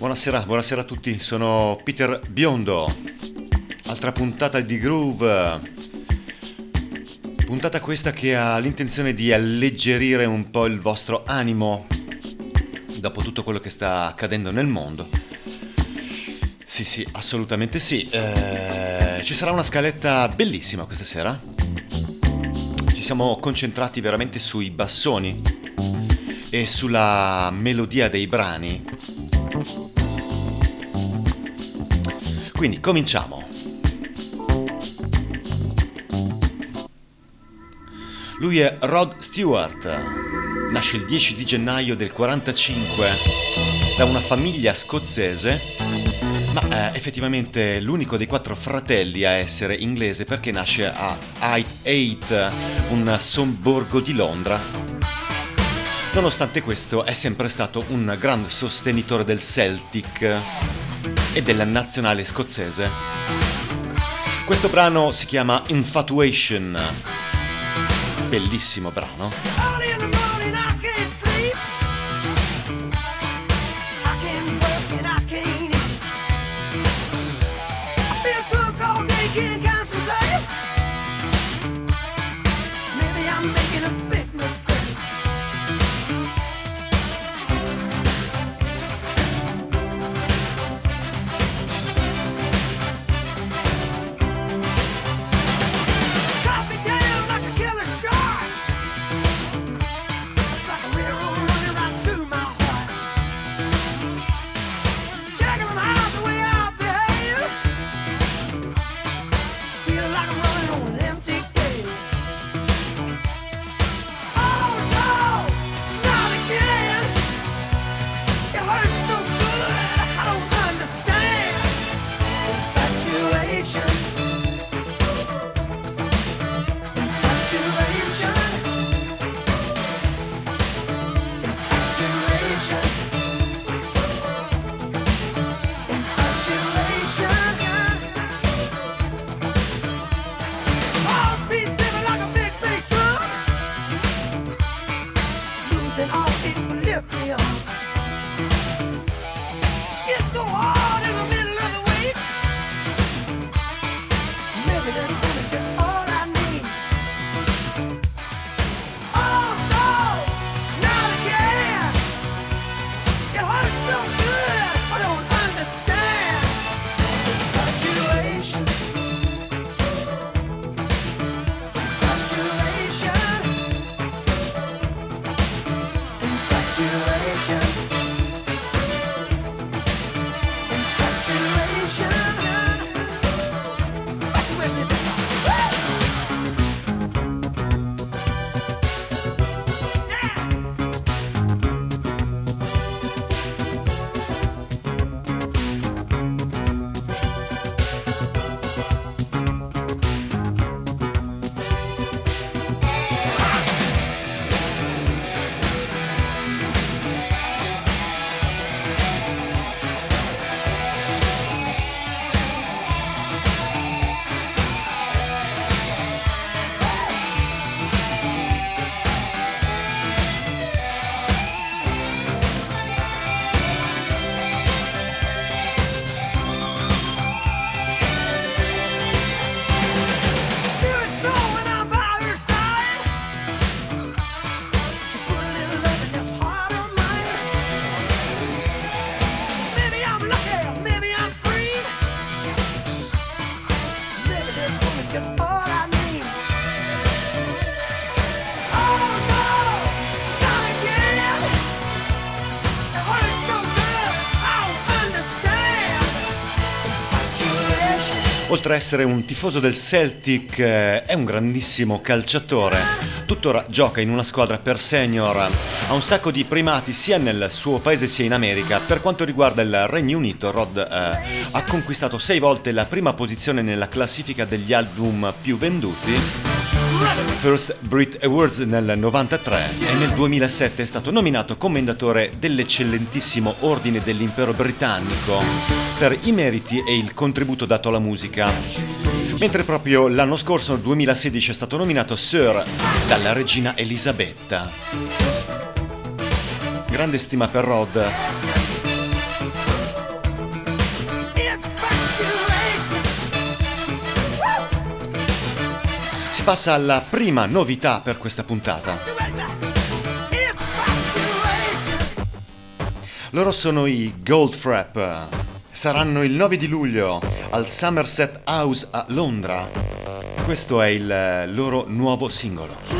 buonasera a tutti, sono Peter Biondo, altra puntata di Groove, puntata questa che ha l'intenzione di alleggerire un po' il vostro animo dopo tutto quello che sta accadendo nel mondo. Sì, assolutamente sì, ci sarà una scaletta bellissima questa sera, ci siamo concentrati veramente sui bassoni e sulla melodia dei brani. Quindi cominciamo. Lui è Rod Stewart, nasce il 10 di gennaio del 45 da una famiglia scozzese, ma è effettivamente l'unico dei 4 fratelli a essere inglese perché nasce a Highgate, un sobborgo di Londra. Nonostante questo è sempre stato un gran sostenitore del Celtic e della nazionale scozzese. Questo brano si chiama Infatuation, bellissimo brano. Oltre a essere un tifoso del Celtic, è un grandissimo calciatore. Tuttora gioca in una squadra per senior, ha un sacco di primati sia nel suo paese sia in America. Per quanto riguarda il Regno Unito, Rod ha conquistato 6 volte la prima posizione nella classifica degli album più venduti, First Brit Awards nel 93 e nel 2007 è stato nominato commendatore dell'eccellentissimo Ordine dell'Impero Britannico per i meriti e il contributo dato alla musica, mentre proprio l'anno scorso, nel 2016, è stato nominato Sir dalla regina Elisabetta. Grande stima per Rod. passa alla prima novità per questa puntata. Loro sono i Goldfrapp. Saranno il 9 di luglio al Somerset House a Londra. Questo è il loro nuovo singolo.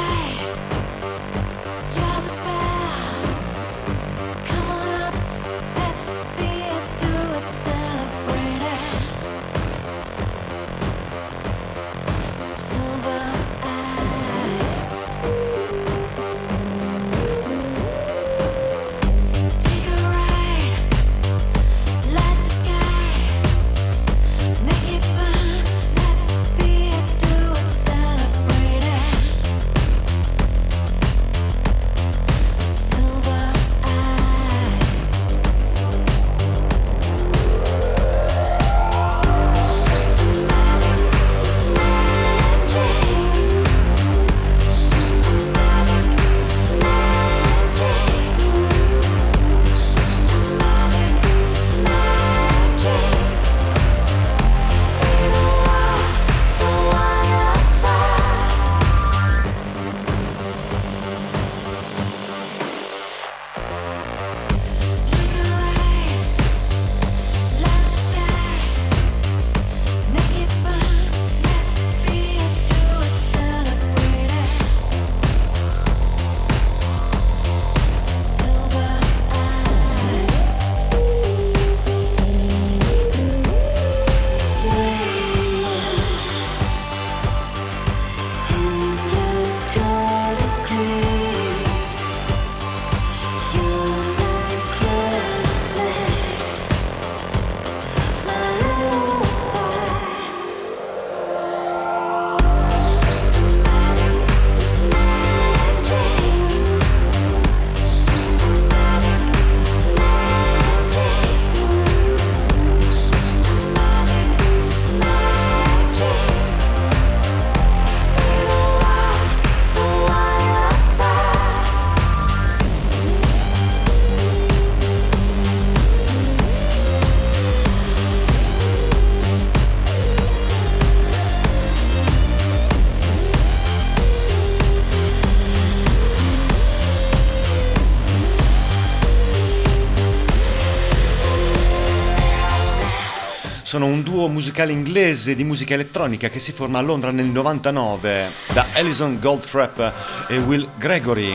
Sono un duo musicale inglese di musica elettronica che si forma a Londra nel 99 da Alison Goldfrapp e Will Gregory.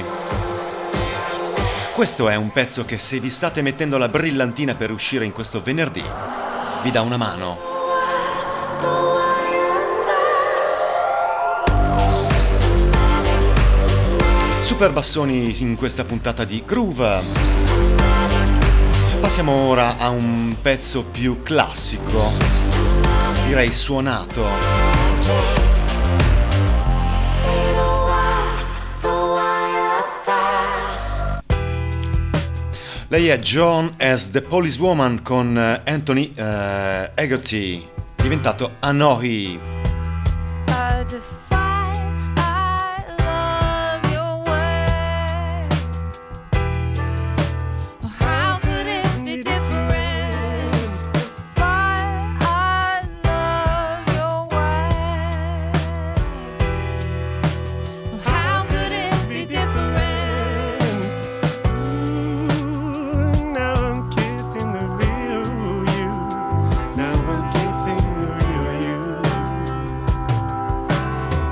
Questo è un pezzo che, se vi state mettendo la brillantina per uscire in questo venerdì, vi dà una mano. Super bassoni in questa puntata di Groove. Passiamo ora a un pezzo più classico, direi suonato. Lei è Joan as the Policewoman con Anthony Hegarty, diventato Anohi. Now I'm kissing the real you.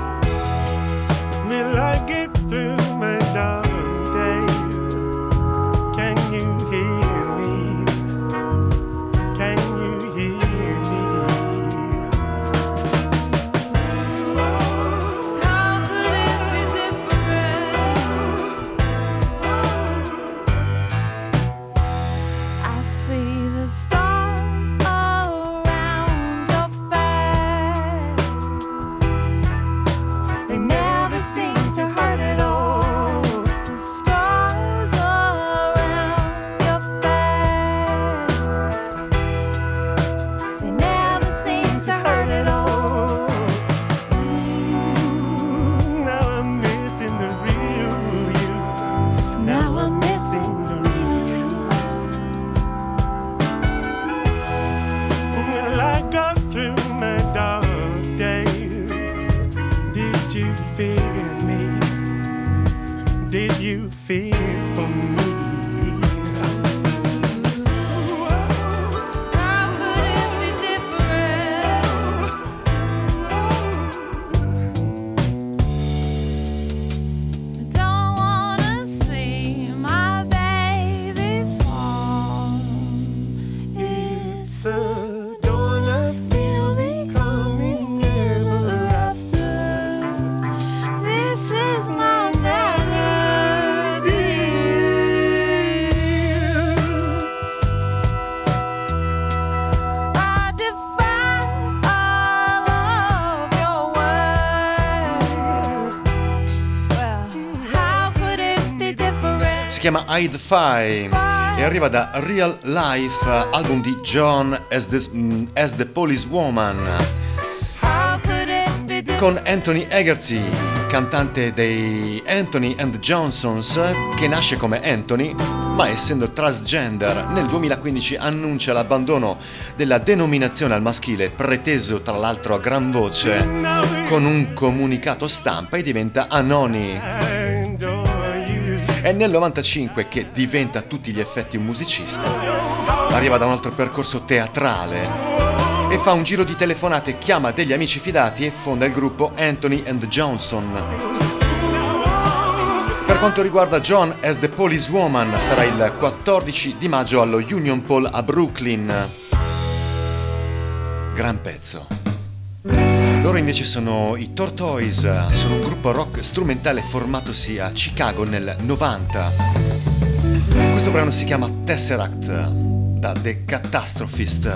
chiama Hide Fire e arriva da Real Life, album di John as the Policewoman, con Anthony Hegarty, cantante dei Anthony and the Johnsons, che nasce come Anthony, ma essendo transgender nel 2015 annuncia l'abbandono della denominazione al maschile, preteso tra l'altro a gran voce con un comunicato stampa, e diventa Anoni. È nel 95 che diventa a tutti gli effetti un musicista. Arriva da un altro percorso teatrale e fa un giro di telefonate, chiama degli amici fidati e fonda il gruppo Anthony and the Johnson. Per quanto riguarda John as the Policewoman, sarà il 14 di maggio allo Union Hall a Brooklyn. Gran pezzo. Loro invece sono i Tortoise, sono un gruppo rock strumentale formatosi a Chicago nel 90. Questo brano si chiama Tesseract, da The Catastrophist.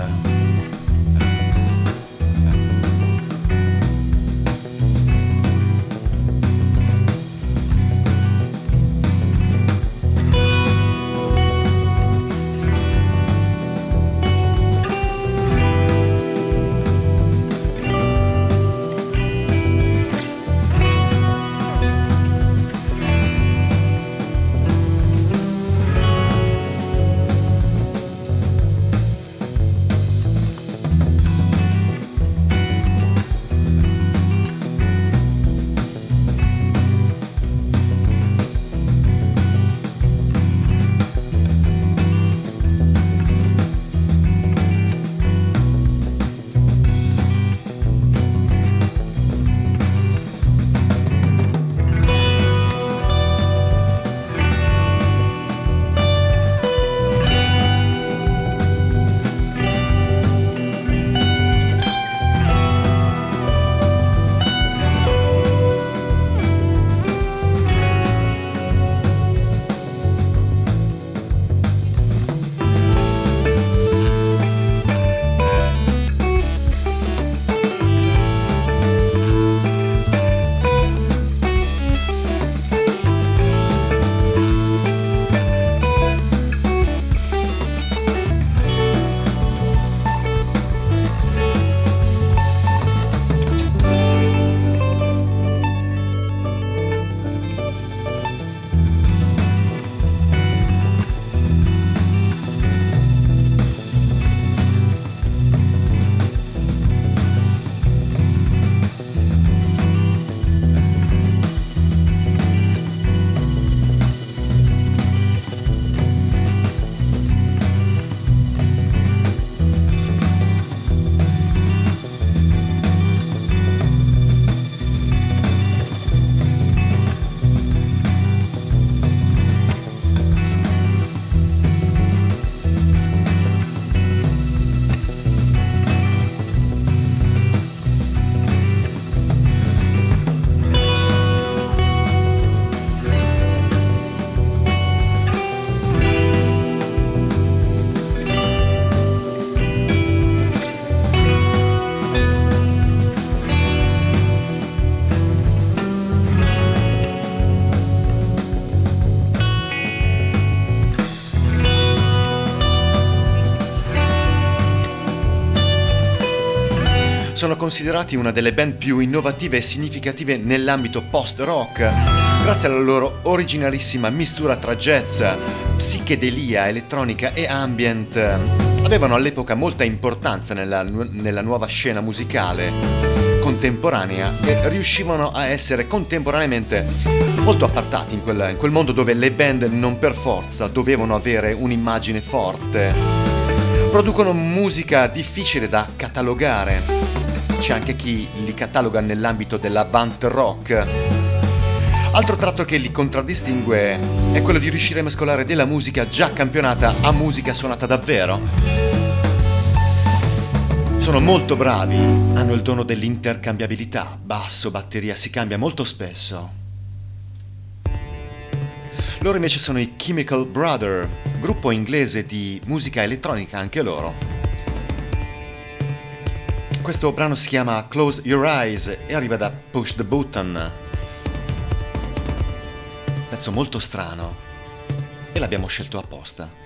Sono considerati una delle band più innovative e significative nell'ambito post-rock, grazie alla loro originalissima mistura tra jazz, psichedelia, elettronica e ambient. Avevano all'epoca molta importanza nella nuova scena musicale contemporanea e riuscivano a essere contemporaneamente molto appartati in quel mondo dove le band non per forza dovevano avere un'immagine forte. Producono musica difficile da catalogare. C'è anche chi li cataloga nell'ambito dell'avant rock. Altro tratto che li contraddistingue è quello di riuscire a mescolare della musica già campionata a musica suonata davvero. Sono molto bravi, hanno il dono dell'intercambiabilità, basso, batteria, si cambia molto spesso. Loro invece sono i Chemical Brothers, gruppo inglese di musica elettronica anche loro. Questo brano si chiama Close Your Eyes e arriva da Push the Button. Pezzo molto strano. l'abbiamo scelto apposta.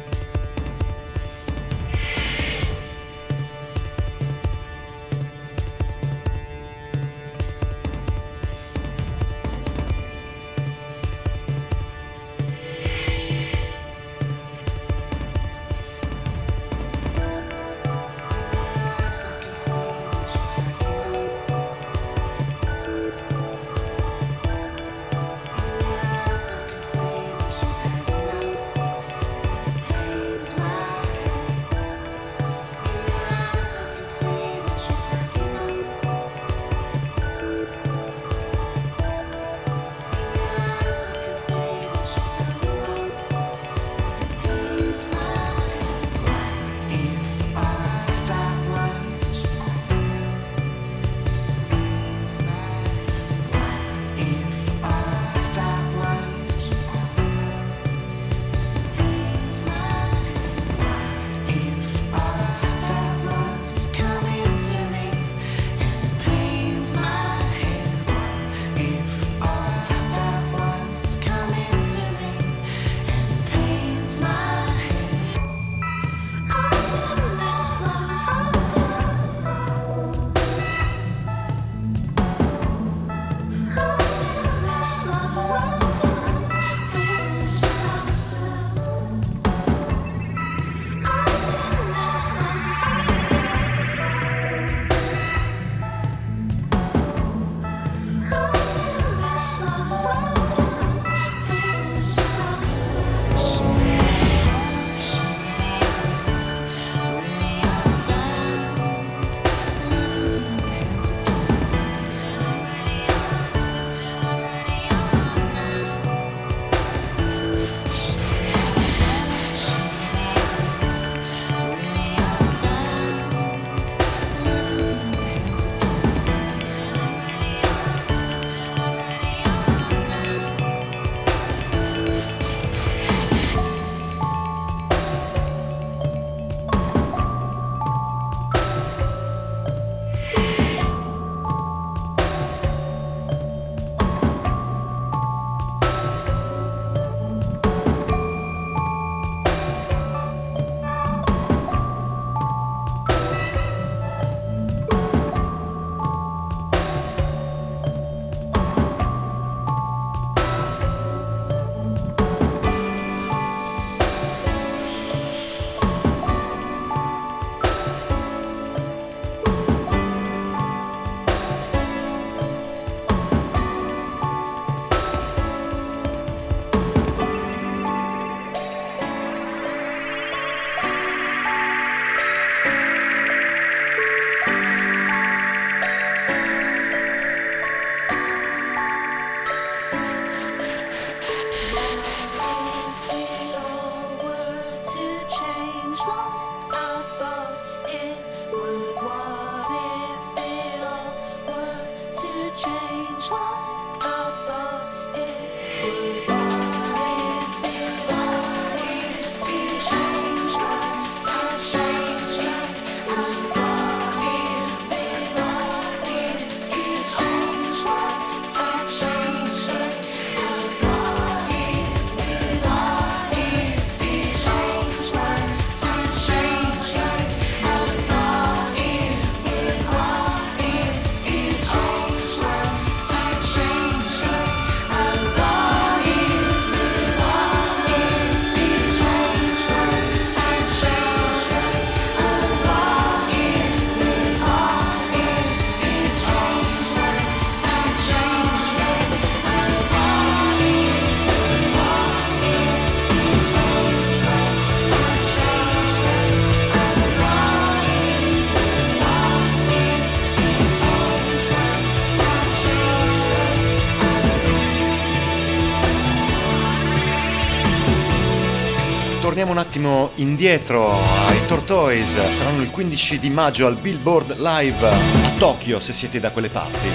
Torniamo un attimo indietro ai Tortoise, saranno il 15 di maggio al Billboard Live a Tokyo, se siete da quelle parti.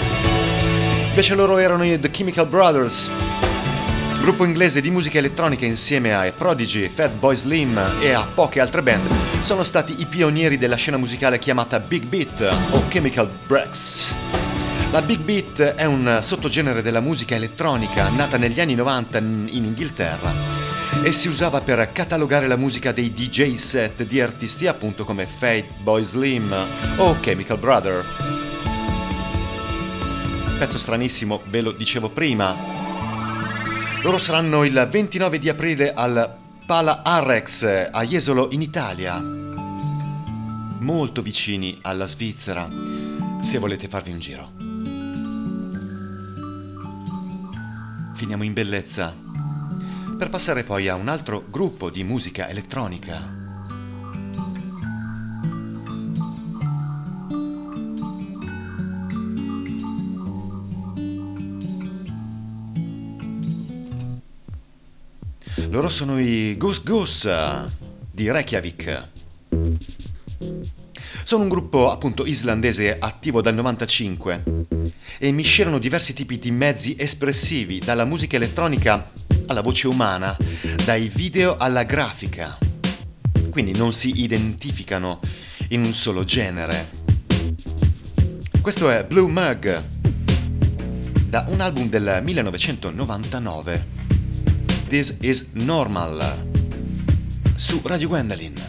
Invece loro erano i The Chemical Brothers, gruppo inglese di musica elettronica insieme a Prodigy, Fatboy Slim e a poche altre band. Sono stati i pionieri della scena musicale chiamata Big Beat o Chemical Breaks. La Big Beat è un sottogenere della musica elettronica nata negli anni 90 in Inghilterra e si usava per catalogare la musica dei DJ set di artisti appunto come Fatboy Slim o Chemical Brother. Pezzo stranissimo, ve lo dicevo prima. Loro saranno il 29 di aprile al Pala Arrex a Jesolo in Italia, molto vicini alla Svizzera, se volete farvi un giro. Finiamo in bellezza per passare poi a un altro gruppo di musica elettronica. Loro sono i Goose Goose di Reykjavik. Sono un gruppo appunto islandese attivo dal 95 e miscelano diversi tipi di mezzi espressivi, dalla musica elettronica alla voce umana, dai video alla grafica. Quindi non si identificano in un solo genere. Questo è Blue Mug, da un album del 1999. This is Normal, su Radio Gwendolyn.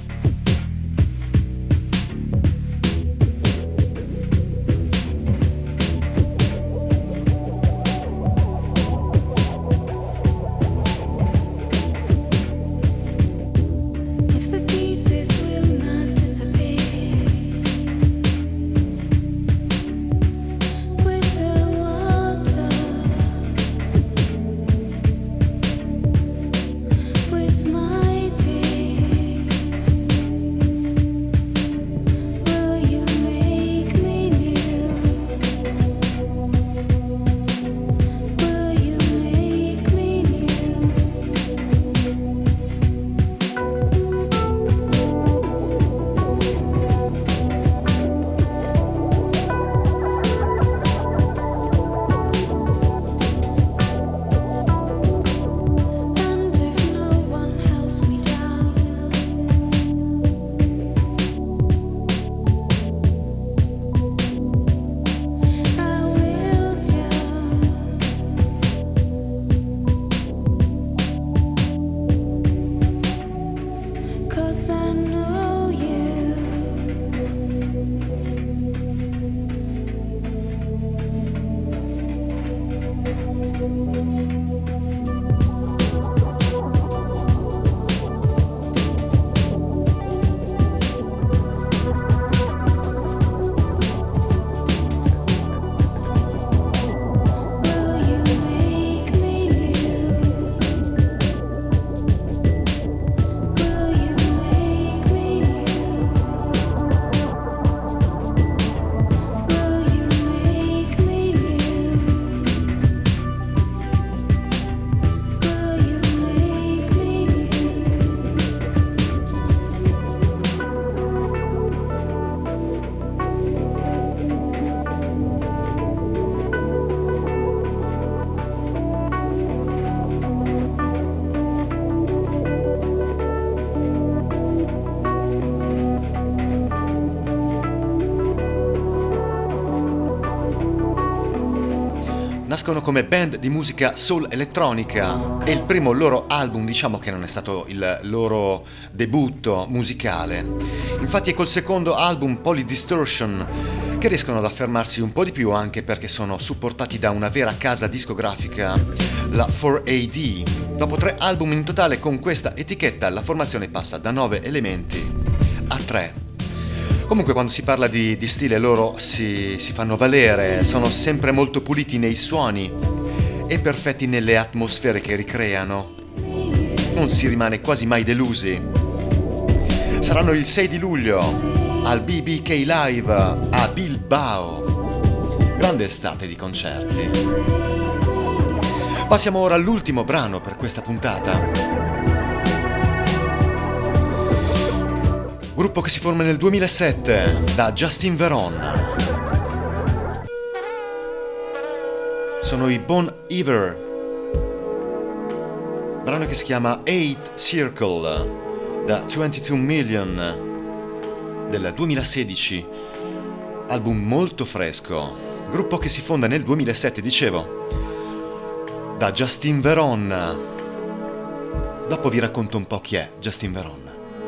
Nascono come band di musica soul elettronica e il primo loro album, diciamo che non è stato il loro debutto musicale. Infatti è col secondo album, Polydistortion, che riescono ad affermarsi un po' di più, anche perché sono supportati da una vera casa discografica, la 4AD. Dopo 3 album in totale con questa etichetta, la formazione passa da 9 elementi a 3. Comunque quando si parla di stile loro si fanno valere, sono sempre molto puliti nei suoni e perfetti nelle atmosfere che ricreano. Non si rimane quasi mai delusi. Saranno il 6 di luglio al BBK Live a Bilbao. Grande estate di concerti. Passiamo ora all'ultimo brano per questa puntata. Gruppo che si forma nel 2007 da Justin Veron. Sono i Bon Iver. Brano che si chiama 8 Circle da 22 Million del 2016. Album molto fresco. Gruppo che si fonda nel 2007, dicevo, da Justin Veron. Dopo vi racconto un po' chi è Justin Veron.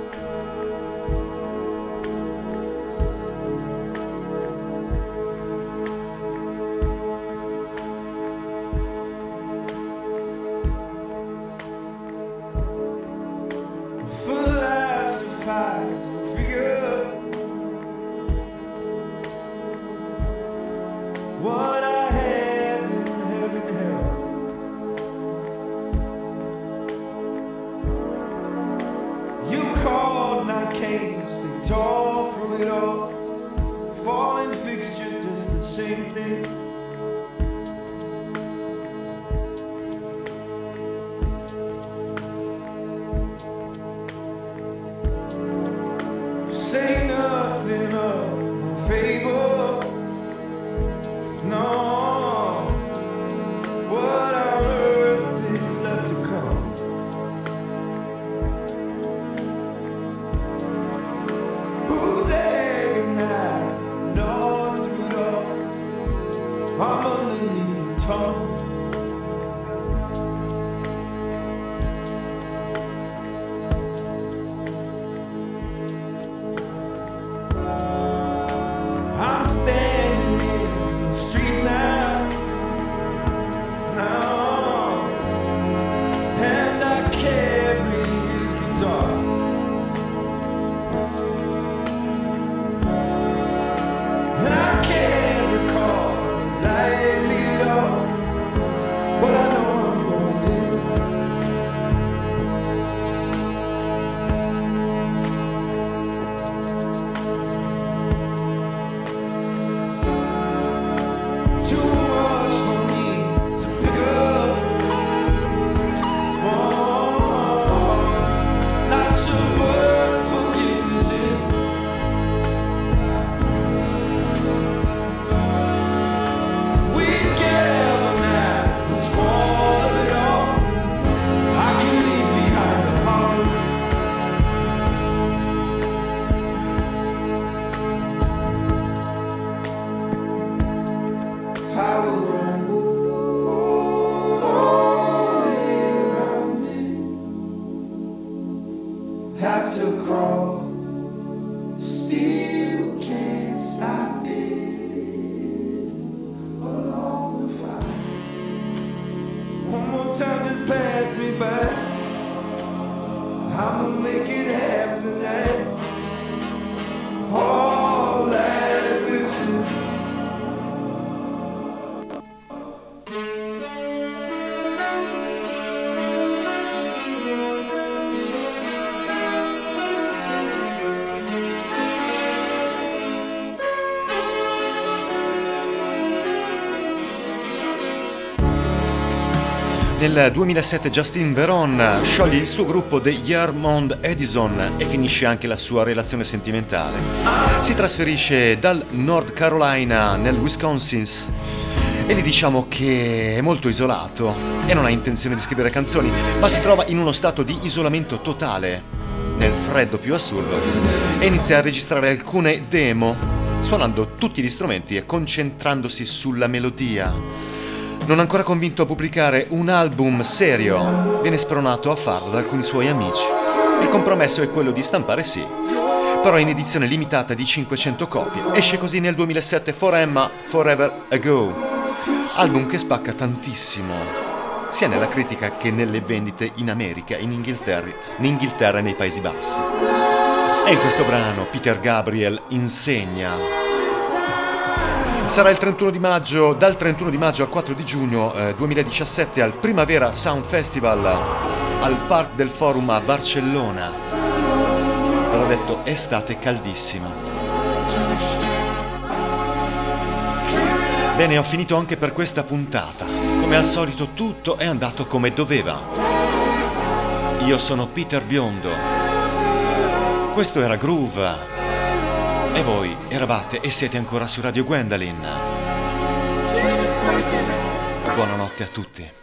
What I have in heaven hell. You called and I came, stay tall through it all. Falling fixture, just the same thing. Say nothing of my fable. No, what on earth is left to come? Who's agonized, gnawed through it all? I'm underneath the tongue. I'm standing in the street now, and I carry his guitar. And I can't recall it lightly at all, but I know I'm going in. Too much for me to pick up. Oh, not sure what forgiveness is. We've galvanized the squall of it all. I can leave behind the harbor. I will run all around it. Have to crawl, still can't stop it. Along the fire. One more time, just pass me by. I'ma make it half the night. All that whistles. Nel 2007 Justin Veron scioglie il suo gruppo The Year-Mond Edison e finisce anche la sua relazione sentimentale. Si trasferisce dal North Carolina nel Wisconsin e gli diciamo che è molto isolato e non ha intenzione di scrivere canzoni, ma si trova in uno stato di isolamento totale, nel freddo più assurdo, e inizia a registrare alcune demo, suonando tutti gli strumenti e concentrandosi sulla melodia. Non ancora convinto a pubblicare un album serio, viene spronato a farlo da alcuni suoi amici. Il compromesso è quello di stampare sì, però in edizione limitata di 500 copie. Esce così nel 2007 For Emma, Forever Ago, album che spacca tantissimo, sia nella critica che nelle vendite in America, in Inghilterra e nei Paesi Bassi. E in questo brano Peter Gabriel insegna. Sarà il 31 di maggio, dal 31 di maggio al 4 di giugno 2017 al Primavera Sound Festival al Parc del Forum a Barcellona. Ve l'ho detto, estate caldissima. Bene, ho finito anche per questa puntata. Come al solito tutto è andato come doveva. Io sono Peter Biondo. Questo era Groove. E voi eravate e siete ancora su Radio Gwendolyn. Buonanotte a tutti.